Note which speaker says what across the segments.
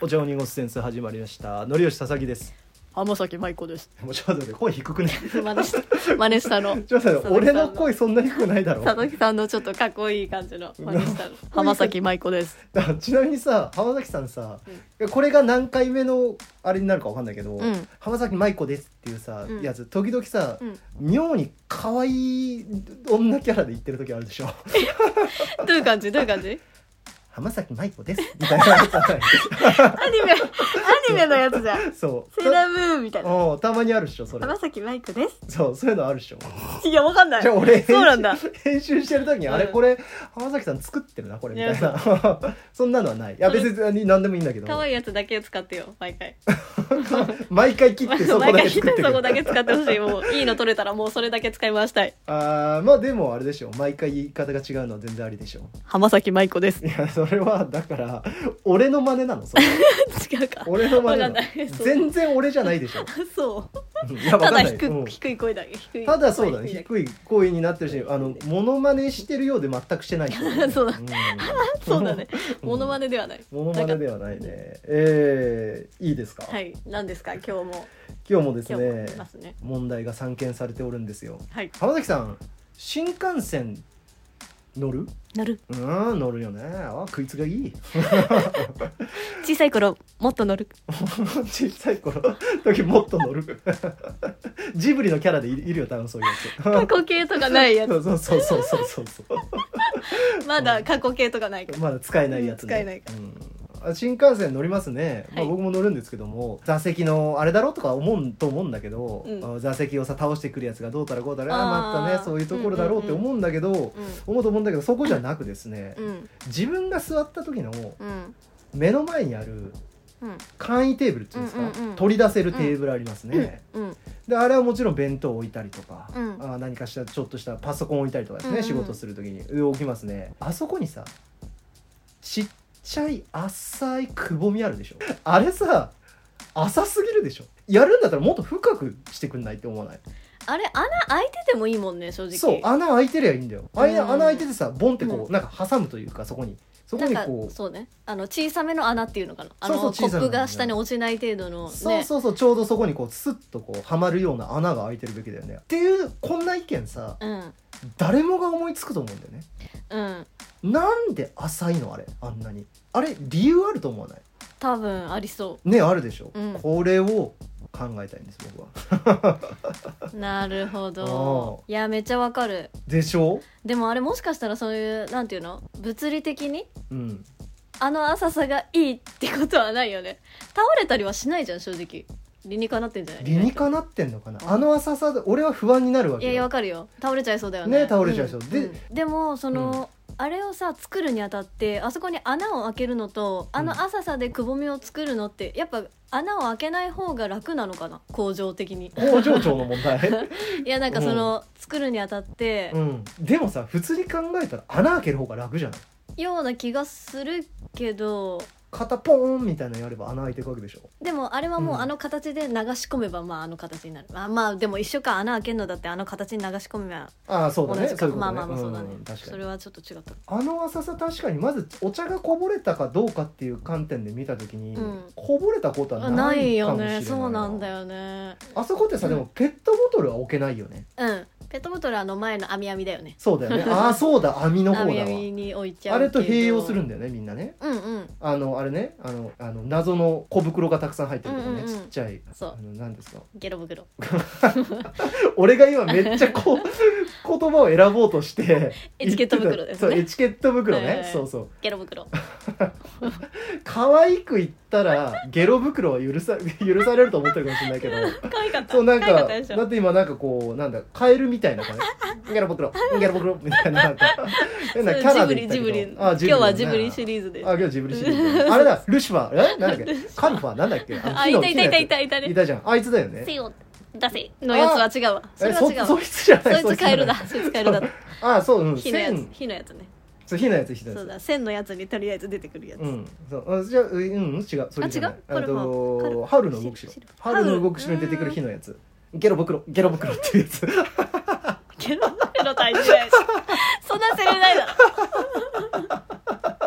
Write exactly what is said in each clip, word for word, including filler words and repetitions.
Speaker 1: お茶を濁すセンス始まりました。のりよし佐々木です。
Speaker 2: 浜崎舞子です。
Speaker 1: もうちょっと待って、声低くね
Speaker 2: 真似した真似したの
Speaker 1: ちょっと待って、俺の声そんな低くないだろ。
Speaker 2: 佐々木さんのちょっとかっこいい感じの真似したの浜崎舞子です。
Speaker 1: ちなみにさ、浜崎さんさ、うん、これが何回目のあれになるか分かんないけど、うん、浜崎舞子ですっていうさ、うん、やつ時々さ、うん、妙に可愛い女キャラで言ってる時あるでしょ
Speaker 2: どういう感じどういう感じ
Speaker 1: 浜崎舞子ですみたいなやつア
Speaker 2: ニメアニメのやつじゃん。
Speaker 1: そう
Speaker 2: セーラームーンみたいな。
Speaker 1: おたまにあるっしょそれ。
Speaker 2: 浜崎舞子です。
Speaker 1: そうそういうのあるっしょ。
Speaker 2: いやわかんない。
Speaker 1: じゃあ俺
Speaker 2: そうなんだ
Speaker 1: 編集してる時に、うん、あれこれ浜崎さん作ってるなこれみたいなそんなのはない。いや別に何でもいいんだけど。
Speaker 2: 可愛いやつだけ使ってよ毎回
Speaker 1: 毎回切ってそこだけ作ってる
Speaker 2: そこだけ使ってほしい。もういいの取れたらもうそれだけ使い回したい。
Speaker 1: あまあでもあれでしょ、毎回言い方が違うのは全然ありでしょ。
Speaker 2: 浜崎舞子です。
Speaker 1: いやそれはだから俺の真似なのそれ
Speaker 2: 違うか
Speaker 1: 俺の真似なの全然俺じゃないでしょ
Speaker 2: そう
Speaker 1: いや
Speaker 2: ただ低、うん、低い声だけ低い
Speaker 1: ただそうだね低い声になってるし、あのモノマネしてるようで全くしてない人、ね、
Speaker 2: そうだ、うん、そうだねモノマネではない
Speaker 1: モノマネではないね。えー、いいですか。
Speaker 2: はい何ですか今日も
Speaker 1: 今日もです ね,
Speaker 2: すね
Speaker 1: 問題が散見されておるんですよ、
Speaker 2: はい、
Speaker 1: 浜崎さん新幹線乗る
Speaker 2: 乗る
Speaker 1: うん乗るよね。あ食いつがいい
Speaker 2: 小さい頃もっと乗る
Speaker 1: 小さい頃時もっと乗るジブリのキャラでいるよ多分そういうやつ
Speaker 2: 過去形とかないやつ
Speaker 1: そうそうそうそうそうそう
Speaker 2: まだ過去形とかないから
Speaker 1: まだ使えないやつ、ね、
Speaker 2: 使えないから、
Speaker 1: うん、新幹線乗りますね、
Speaker 2: はい、
Speaker 1: まあ、僕も乗るんですけども座席のあれだろとか思うと思うんだけど、うん、座席をさ倒してくるやつがどうたらこうたらあまたねそういうところだろうって思うんだけど、うんうんうん、思うと思うんだけどそこじゃなくですね、うん、自分が座った時の目の前にある簡易テーブルっていうんですか、うんうんうん、取り出せるテーブルありますね、うんうん、であれはもちろん弁当を置いたりとか、うん、あ何かしらちょっとしたパソコンを置いたりとかですね、うんうん、仕事する時に置きますね。あそこにさちっちゃい浅いくぼみあるでしょ。あれさ浅すぎるでしょ。やるんだったらもっと深くしてくんないって思わない？
Speaker 2: あれ穴開いててもいいもんね正直。
Speaker 1: そう穴開いてりゃいいんだよ。うん、穴開いててさボンってこう、うん、なんか挟むというかそこにそこにこう
Speaker 2: そうねあの小さめの穴っていうのかなあのそうそうコップが下に落ちない程度の、ね、
Speaker 1: そうそうそうちょうどそこにこうスッとこうはまるような穴が開いてるべきだよねっていうこんな意見さ、うん、誰もが思いつくと思うんだよね。うんなんで浅いのあれあんなにあれ理由あると思わない？
Speaker 2: 多分ありそう
Speaker 1: ねあるでしょ、うん、これを考えたいんです僕は
Speaker 2: なるほどいやめっちゃわかる
Speaker 1: でしょ。
Speaker 2: でもあれもしかしたらそういうなんていうの物理的に、うん、あの浅さがいいってことはないよね。倒れたりはしないじゃん正直。理にかなってんじゃない？
Speaker 1: 理にかなってんのかな、うん、あの浅さで俺は不安になるわけよ。
Speaker 2: いやいやわかるよ倒れちゃいそうだよね。
Speaker 1: ね倒れちゃいそう、うん、で、
Speaker 2: うん、でもその、うんあれをさ作るにあたってあそこに穴を開けるのとあの浅さでくぼみを作るのって、うん、やっぱ穴を開けない方が楽なのかな工場的に。
Speaker 1: 工場長の問題
Speaker 2: いやなんかその、うん、作るにあたって、
Speaker 1: うん、でもさ普通に考えたら穴開ける方が楽じゃない
Speaker 2: ような気がするけど
Speaker 1: 肩ポーンみたいなのやれば穴開いていくわけでしょ。
Speaker 2: でもあれはもうあの形で流し込めばまああの形になる、うん、まあまあでも一緒か穴開けるのだってあの形に流し込めば
Speaker 1: ああそうだねそういうことね
Speaker 2: まあまあまあそうだね、
Speaker 1: うん、確かに
Speaker 2: それはちょっと違った
Speaker 1: あの浅さ確かにまずお茶がこぼれたかどうかっていう観点で見たときに、うん、こぼれたことはないかもしれない。
Speaker 2: ないよねそうなんだよね。
Speaker 1: あそこってさ、うん、でもペットボトルは置けないよね。
Speaker 2: うんペットボトルあの前の網網だよね。
Speaker 1: そうだよねああそうだ網の方だわ
Speaker 2: 網網に置いちゃう
Speaker 1: あれと併用するんだよねみんなね。
Speaker 2: うんうん
Speaker 1: あのあれねあのあの謎の小袋がたくさん入ってるとかね、うんうんうん、ちっちゃい
Speaker 2: そう
Speaker 1: あの何ですか
Speaker 2: ゲロ袋
Speaker 1: 俺が今めっちゃこう言葉を選ぼうとして
Speaker 2: エチケット袋ですね。
Speaker 1: そうエチケット袋ね、
Speaker 2: はいはいはい、
Speaker 1: そうそう
Speaker 2: ゲロ袋
Speaker 1: 可愛く言ったらゲロ袋は許さ許されると思ってるかもしれないけど
Speaker 2: 可愛かった
Speaker 1: そうなんかだって今なんかこうなんだカエルみたいな感じゲロ袋ゲロ袋みたいななんか変なキャラで言ったけど
Speaker 2: ジブリジブリ
Speaker 1: あジブリ、ね、
Speaker 2: 今日はジブリシリーズです。
Speaker 1: あ今日ジブリシリーズあれだルシファーえなんだっけカルファーなんだっけ
Speaker 2: あいたいたいたいたいたね
Speaker 1: いたじゃんあいつだよね。
Speaker 2: せよ出せのやつは違うわ。それは違うわ。
Speaker 1: そ, そいつじゃない
Speaker 2: そいつカエルだそいつカエルだ
Speaker 1: ああそう、うん、
Speaker 2: 火のやつ火のやつね
Speaker 1: そう火のやつ火のやつ
Speaker 2: そうだ線のやつにとりあえず出てくるやつ。
Speaker 1: うんそうじゃあうん違うそれじゃない
Speaker 2: あ違う
Speaker 1: と春の動く城春の動く城に出てくる火のやつゲロ袋ゲロ袋っていうやつ
Speaker 2: ゲロ袋大事だよそんなセリフないだろ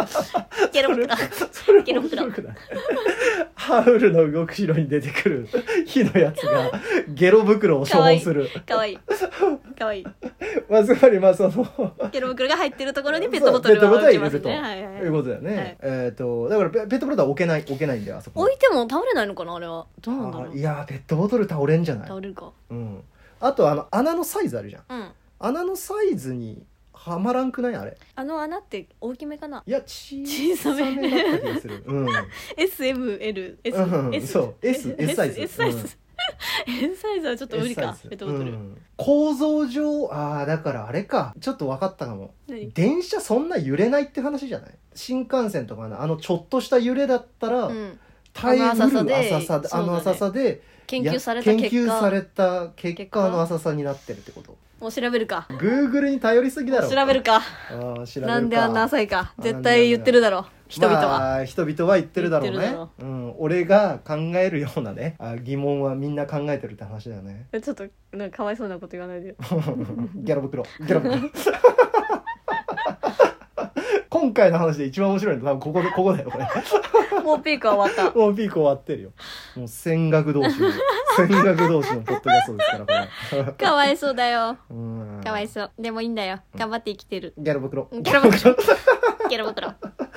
Speaker 2: ゲロ袋
Speaker 1: それ
Speaker 2: ゲロ袋
Speaker 1: 面白くないハウルの動く城に出てくる火のやつがゲロ袋を処分する。
Speaker 2: かわいいかわいい
Speaker 1: まあつまりまあその
Speaker 2: ゲロ袋が入ってるところにペットボトルを置きますね。はいはいはい、
Speaker 1: いうことだよね、
Speaker 2: はい、
Speaker 1: えっ、ー、とだからペットボトルは置けない置けないんだよあそこ。
Speaker 2: 置いても倒れないのかなあれは。どうなんだろう。
Speaker 1: いやペットボトル倒れんじゃない。
Speaker 2: 倒れるか。
Speaker 1: うん。あとあの穴のサイズあるじゃん。
Speaker 2: うん。
Speaker 1: 穴のサイズにはまらんくないあれ。
Speaker 2: あの穴って大きめかな。
Speaker 1: いや小さめだった気がする。うん。
Speaker 2: エスエムエル S、
Speaker 1: うん、S そう S S サイズ。
Speaker 2: S サイズ。S サイズはちょっと無理か。ペットボトル、うん、
Speaker 1: 構造上ああだからあれかちょっと分かったかも。電車そんな揺れないって話じゃない。新幹線とかのあのちょっとした揺れだったら、うん、耐えうる浅さであの浅さで
Speaker 2: 研究された結果
Speaker 1: 研究された結果あの浅さになってるってこと。
Speaker 2: もう調べるか。
Speaker 1: Google に頼りすぎだろ。
Speaker 2: 調べるか。あ調べるか。なんであんな浅いか絶対言ってるだろ人々は、
Speaker 1: まあ、人々は言ってるだろうね。うん、俺が考えるようなねあ疑問はみんな考えてるって話だよね。
Speaker 2: ちょっとなんかかわいそうなこと言わないで
Speaker 1: ギャラ袋ギャラ袋今回の話で一番面白いの多分ここでここだよこれ
Speaker 2: もうピークは終わった。
Speaker 1: もうピーク終わってるよ。もう戦学同士の戦学同士のポッドキャストですからこれかわ
Speaker 2: いそうだよ。うんかわいそう。でもいいんだよ頑張って生きてる。
Speaker 1: ギャラ袋
Speaker 2: ギャラ袋ギャラ袋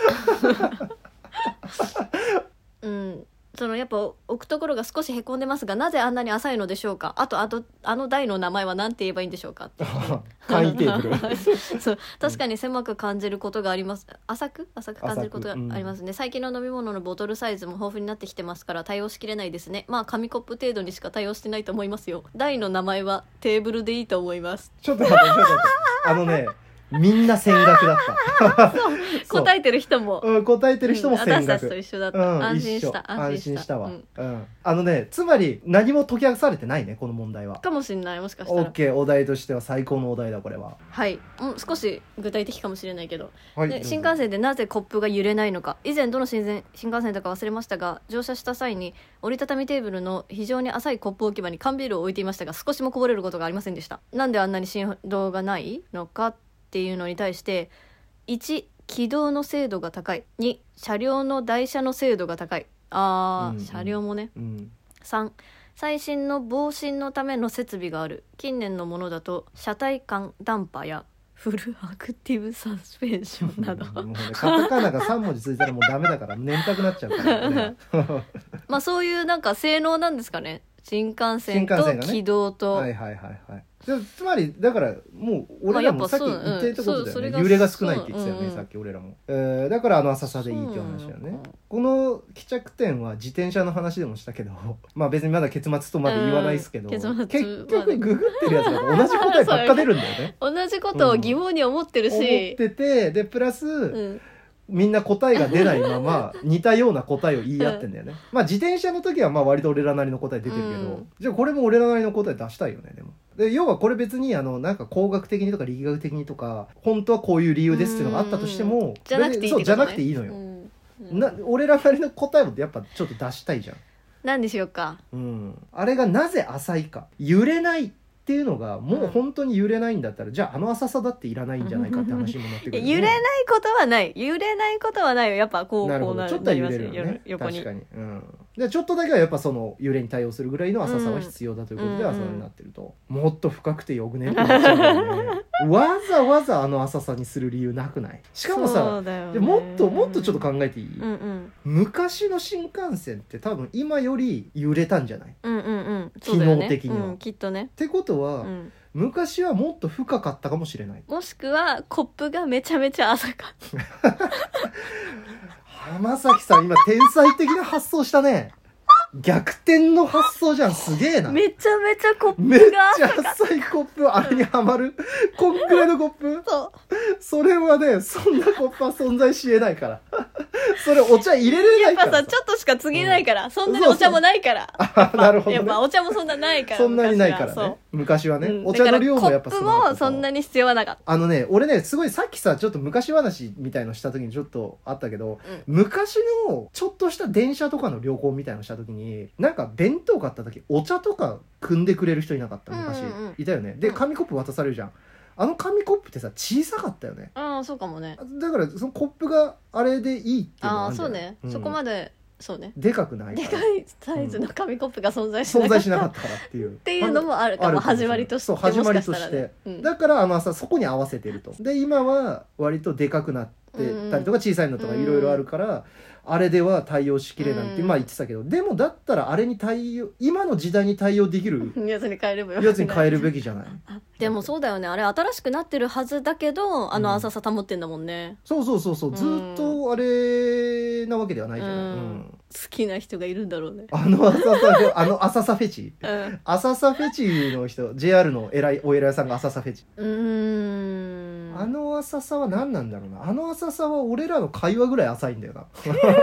Speaker 2: うんそのやっぱ置くところが少しへこんでますがなぜあんなに浅いのでしょうか。あとあとあの台の名前は何て言えばいいんでしょうか。
Speaker 1: 簡易テーブル
Speaker 2: そう確かに狭く感じることがあります。浅く浅く感じることがありますね、うん、最近の飲み物のボトルサイズも豊富になってきてますから対応しきれないですね。まあ紙コップ程度にしか対応してないと思いますよ。台の名前はテーブルでいいと思います。
Speaker 1: ちょっと待ってちょっと待ってあのねみんな戦学だった
Speaker 2: そう答えてる人も、
Speaker 1: うん、答えてる人も戦学、うん、
Speaker 2: 私たちと一緒だった、うん、安心した
Speaker 1: 安心したわ、うんうん、あのねつまり何も解き明かされてないねこの問題は。
Speaker 2: かもしれない。もしかしたら
Speaker 1: OK お題としては最高のお題だこれは。
Speaker 2: はい、うん、少し具体的かもしれないけど、
Speaker 1: はい、
Speaker 2: で新幹線でなぜコップが揺れないのか。以前どの新幹新幹線だか忘れましたが乗車した際に折りたたみテーブルの非常に浅いコップ置き場に缶ビールを置いていましたが少しもこぼれることがありませんでした。なんであんなに振動がないのかっていうのに対していち軌道の精度が高い、に車両の台車の精度が高い、あー、うんうん、車両もね、うん、さん最新の防振のための設備がある。近年のものだと車体間ダンパやフルアクティブサスペンションなど
Speaker 1: もう、ね、カタカナがさん文字ついたらもうダメだから眠たくなっちゃうから、ね、
Speaker 2: まあそういうなんか性能なんですかね。新幹線と軌道と、
Speaker 1: ね、はいはいはいはいつまりだからもう俺らもさっき言ってたことだよね、うん、揺れが少ないって言ってたよね、うんうん、さっき俺らも、えー、だからあの浅さでいいって話だよね。この帰着点は自転車の話でもしたけどまあ別にまだ結末とまで言わないですけど、うん、結局ググってるやつだと同じ答えばっか出るんだよね
Speaker 2: 同じことを疑問に思ってるし、うん、
Speaker 1: 思っててでプラス、うんみんな答えが出ないまま似たような答えを言い合ってんだよね、うん、まあ自転車の時はまあ割と俺らなりの答え出てるけど、うん、じゃあこれも俺らなりの答え出したいよね。でもで要はこれ別にあのなんか工学的にとか力学的にとか本当はこういう理由ですっていうのがあったとしても、うん、
Speaker 2: じゃなくていいってことね。そう
Speaker 1: じゃなくていいのよ、うんうん、な俺らなりの答えもやっぱちょっと出したいじゃん。
Speaker 2: なんでしょうか、
Speaker 1: うん、あれがなぜ浅いか揺れないっていうのがもう本当に揺れないんだったら、うん、じゃああの浅さだっていらないんじゃないかって話にもなってくる、ね、
Speaker 2: 揺れないことはない揺れないことはないよ。やっぱこう
Speaker 1: なるほど
Speaker 2: こうな
Speaker 1: ちょっとは揺れるよね
Speaker 2: 横に
Speaker 1: 確かに、うん、でちょっとだけはやっぱその揺れに対応するぐらいの浅さは必要だということで浅さになってると、うんうん、もっと深くてよくねってなっちゃうんだよねわざわざあの浅さにする理由なくない？しかもさ、でもっともっとちょっと考えていい、うんうん、昔の新幹線って多分今より揺れたんじゃない、
Speaker 2: うんうんうん、
Speaker 1: 機能的には、
Speaker 2: うん、きっとね。
Speaker 1: ってことは、うん昔はもっと深かったかもしれない。
Speaker 2: もしくはコップがめちゃめちゃ浅かった
Speaker 1: 浜崎さん今天才的な発想したね。逆転の発想じゃん。すげえな。
Speaker 2: めちゃめちゃコップ
Speaker 1: めっ
Speaker 2: が
Speaker 1: ちゃ浅いコップあれにはまるこんくらいのコップ
Speaker 2: そう
Speaker 1: それはねそんなコップは存在しえないからそれお茶入れれないからさ。
Speaker 2: やっぱさちょっとしか継げないから、うん、そんなにお茶もないから
Speaker 1: そうそうなるほど、ね、
Speaker 2: やっぱお茶もそんなないから
Speaker 1: そんなにないからね昔はね、うん、お茶の量もやっぱ
Speaker 2: コップもそんなに必要はなかった。
Speaker 1: あのね俺ねすごいさっきさちょっと昔話みたいのした時にちょっとあったけど、うん、昔のちょっとした電車とかの旅行みたいのした時になんか弁当買った時お茶とか汲んでくれる人いなかった昔、うんうんうん、いたよね。で紙コップ渡されるじゃん。 あの紙コップってさ小さかったよね。
Speaker 2: ああそうかもね。
Speaker 1: だからそのコップがあれでいいっていうのはあるんじゃない？
Speaker 2: ああそうね、うん、そこまでそうね
Speaker 1: でかくない
Speaker 2: でかいサイズの紙コップが存在しなかった、
Speaker 1: 存在しなかったからっていう
Speaker 2: っていうのもあるかも、始まりとして。
Speaker 1: そう始まりとして、うん、だからあのさそこに合わせてると。で今は割とでかくなってたりとか小さいのとかいろいろあるから、うん、あれでは対応しきれなんて、うん、まあ言ってたけど、でもだったらあれに対応、今の時代に対応できる
Speaker 2: やつに変えればよ
Speaker 1: やつに変えるべきじゃない
Speaker 2: でもそうだよね、あれ新しくなってるはずだけどあの浅さ保ってんだもんね、
Speaker 1: うん、そうそうそうそう、ずっとあれなわけではないじゃない、うんうん、
Speaker 2: 好きな人がいるんだろうね、
Speaker 1: あの浅さあの浅さフェチ、うん、浅さフェチの人 ジェイアール の偉いお偉いさんが浅さフェチ、うーん、あの浅さは何なんだろうな。あの浅さは俺らの会話ぐらい浅いんだよな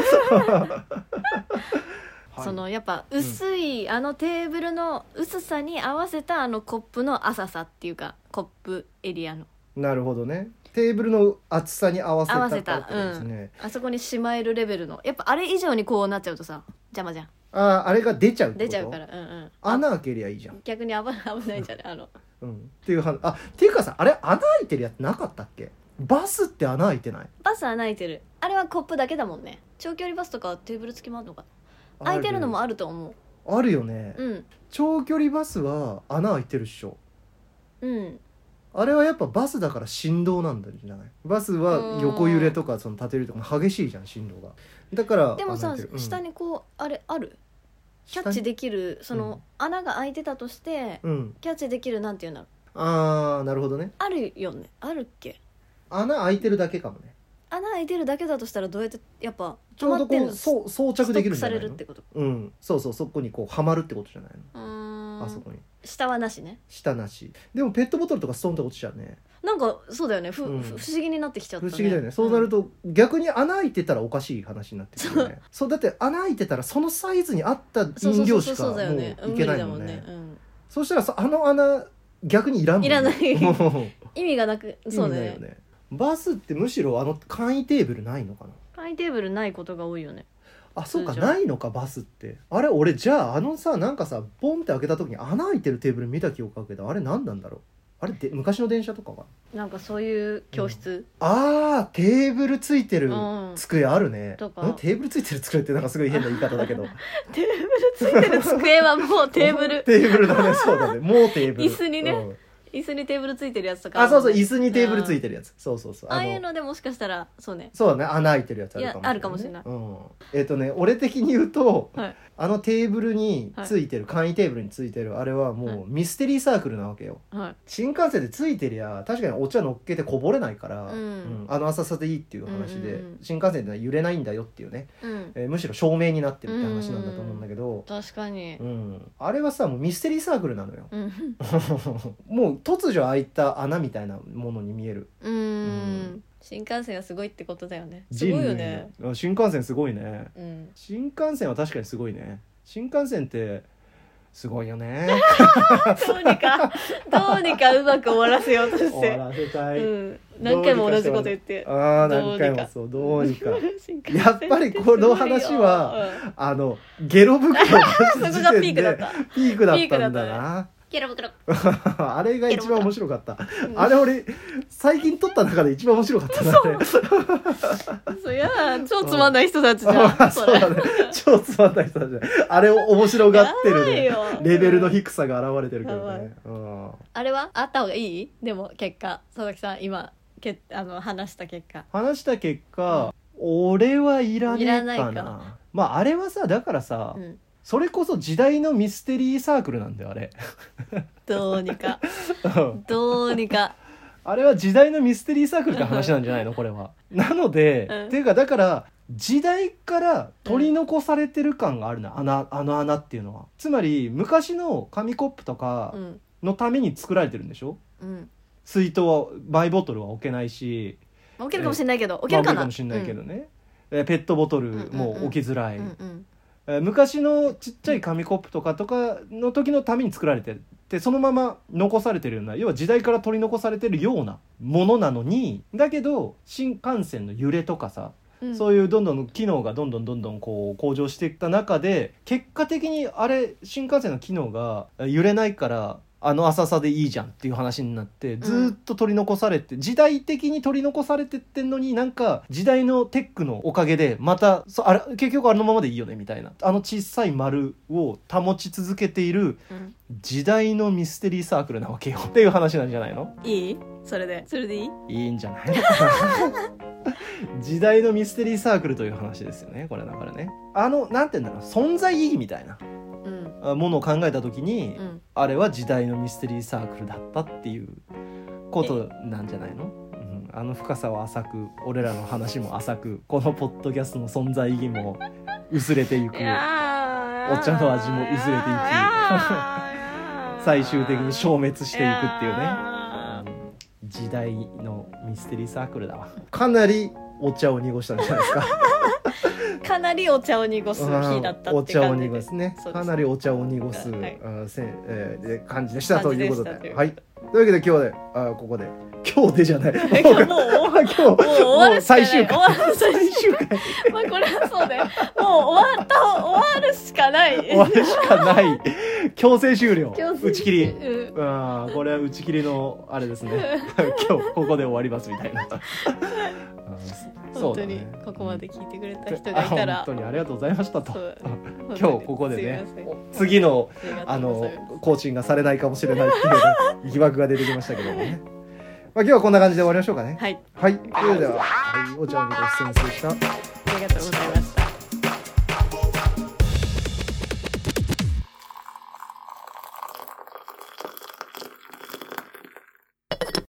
Speaker 2: そのやっぱ薄い、うん、あのテーブルの薄さに合わせたあのコップの浅さっていうか、コップエリアの、
Speaker 1: なるほどね、テーブルの厚さに合わせたってことですね、
Speaker 2: うん、あそこにしまえるレベルの、やっぱあれ以上にこうなっちゃうとさ邪魔じゃん。
Speaker 1: ああ、あれが出ちゃうってこと？
Speaker 2: 出ちゃうから、うんうん、
Speaker 1: 穴開けりゃいいじゃん。
Speaker 2: 逆に危ない危ないじゃないあの、
Speaker 1: うん、っていう話。あ、っていうかさ、あれ穴開いてるやつなかったっけ？バスって穴開いてない？
Speaker 2: バス穴開いてる。あれはコップだけだもんね。長距離バスとかテーブル付きもあるのかな。開いてるのもあると思う。
Speaker 1: あるよね、
Speaker 2: うん、
Speaker 1: 長距離バスは穴開いてるっしょ。
Speaker 2: うん、
Speaker 1: あれはやっぱバスだから振動なんだじゃない。バスは横揺れとかその縦揺れとか激しいじゃん、振動が。だから
Speaker 2: でもさ、うん、下にこうあれあるキャッチできる、その、うん、穴が開いてたとして、うん、キャッチできるなんていうんだろう。
Speaker 1: あー、なるほどね。
Speaker 2: あるよね。あるっけ。
Speaker 1: 穴開いてるだけかもね。穴
Speaker 2: 開いてるだけだとしたらどうやってやっぱ
Speaker 1: ちょうどこうそう装着できるんじゃないの。
Speaker 2: ストックされるってこと。
Speaker 1: うん、そうそう、そこにこうはまるってことじゃないの。うーん、あそこに
Speaker 2: 下はなしね。
Speaker 1: 下なし。でもペットボトルとかストンって落ちちゃうね。
Speaker 2: なんかそうだよね、ふ、うん、不思議になってきちゃったね。
Speaker 1: 不思議だよね。そうなると、うん、逆に穴開いてたらおかしい話になってくるね。そうだって穴開いてたらそのサイズに合った飲料しかもういけないもんね。そうしたらさ、あの穴逆にいらんもんね。いらない意味がなく、そうね。意味ないよね。バスってむしろあの簡易テーブルないのかな。簡易テーブルないことが多いよね。あ、そうか、ないのかバスって。あれ俺じゃああのさ、なんかさボンって開けた時に穴開いてるテーブル見た記憶あるけど、あれ何なんだろう。あれで昔の電車とかはなんかそういう教室、うん、あーテーブルついてる机あるね、うん、とかテーブルついてる机ってなんかすごい変な言い方だけど
Speaker 2: テーブルついてる机はもうテーブル
Speaker 1: テーブルだね、そうだね、もうテーブル
Speaker 2: 椅子にね、うん椅子にテーブルついてるやつとか
Speaker 1: あ, あそうそう、椅子にテーブルついてるやつ、そうそうそう、
Speaker 2: あ, ああいうのでもしかしたらそうね、
Speaker 1: そうだね、穴開いてるやつあるかもしれない、ね、
Speaker 2: いやあるかもしれない、
Speaker 1: うん、えっ、ー、とね俺的に言うと、はい、あのテーブルについてる、はい、簡易テーブルについてるあれはもうミステリーサークルなわけよ、はい、新幹線でついてりゃ確かにお茶乗っけてこぼれないから、うんうん、あの浅さでいいっていう話で、うんうん、新幹線では揺れないんだよっていうね、うんえー、むしろ照明になってるって話なんだと思うんだけど、うんうん、
Speaker 2: 確かに、
Speaker 1: うん、あれはさもうミステリーサークルなのよ、うん、もう突如開いた穴みたいなものに見える。うーん、うん、
Speaker 2: 新幹線はすごいってことだよね。すごいよね。
Speaker 1: 新幹線すごいね、うん、新幹線は確かにすごいね。新幹線ってすごいよね
Speaker 2: どうにかどうにかうまく終わらせようとして
Speaker 1: 終わらせたい、うん、
Speaker 2: 何回も同じこと言って
Speaker 1: ああ何回もそうどうにかやっぱりこの話は、うん、あのゲロ袋を出す時点でピークだったんだな。
Speaker 2: ゲロ袋
Speaker 1: あれが一番面白かった、うん、あれ俺最近撮った中で一番面白かったなあれ
Speaker 2: そりゃ超つまんない人たちじゃん、
Speaker 1: そうだね、超つまんない人たちじゃん。あれを面白がってる、ね、レベルの低さが現れてるけどね、うん、
Speaker 2: あれはあった方がいい。でも結果佐々木さん今けあの話した結果
Speaker 1: 話した結果、うん、俺はいらねえかな。いらないか。まああれはさだからさ、うんそれこそ時代のミステリーサークルなんだよあれ
Speaker 2: どうにかどうにか
Speaker 1: あれは時代のミステリーサークルって話なんじゃないのこれは。なので、うん、っていうかだから時代から取り残されてる感があるな、うん、穴あの穴っていうのは。つまり昔の紙コップとかのために作られてるんでしょ、うん、水筒はマイボトルは置けないし
Speaker 2: 置けるかもしれないけど置けるかな、
Speaker 1: まあ、置けるかもしれないけどね、うん、ペットボトルも置きづらい、うんうんうん昔のちっちゃい紙コップとかとかの時のために作られてるでそのまま残されてるような要は時代から取り残されてるようなものなのにだけど新幹線の揺れとかさ、うん、そういうどんどん機能がどんどんどんどんこう向上していった中で結果的にあれ新幹線の機能が揺れないからあの浅さでいいじゃんっていう話になってずっと取り残されて、うん、時代的に取り残されてってんのになんか時代のテックのおかげでまたそあれ結局あのままでいいよねみたいな、あの小さい丸を保ち続けている時代のミステリーサークルなわけよっていう話なんじゃないの？
Speaker 2: いい？それでそれでいい？い
Speaker 1: いんじゃない時代のミステリーサークルという話ですよねこれだからね。あのなんて言うんだろう、存在意義みたいなものを考えた時に、うん、あれは時代のミステリーサークルだったっていうことなんじゃないの？うん、あの深さは浅く、俺らの話も浅く、このポッドキャストの存在意義も薄れていく、お茶の味も薄れていき最終的に消滅していくっていうね、うん、時代のミステリーサークルだわ。かなりお茶を濁したんじゃないですか
Speaker 2: かなりお茶を濁す日だったって感じで、お茶を
Speaker 1: 濁すね、かなりお茶を濁す、はい、あせえー、感じでしたということで、はい、というわけで今日であここで今日でじゃないもう今日もう終わる最終回最終回
Speaker 2: まあこれはそうだよ、もう終わった終わるしかない
Speaker 1: 終わるしかない強制終了打ち切り、うん、あこれは打ち切りのあれですね今日ここで終わりますみたいな
Speaker 2: 本当にここまで聞いてくれた人がいたら、
Speaker 1: 本当にありがとうございましたと今日ここでね次のあの更新がされないかもしれないっていう疑惑が出てきましたけどもねまあ、今日はこんな感じで終わりましょうかね。
Speaker 2: はい、
Speaker 1: はい、それでは、はい、お茶を濁す先生でした。
Speaker 2: ありがとうございました。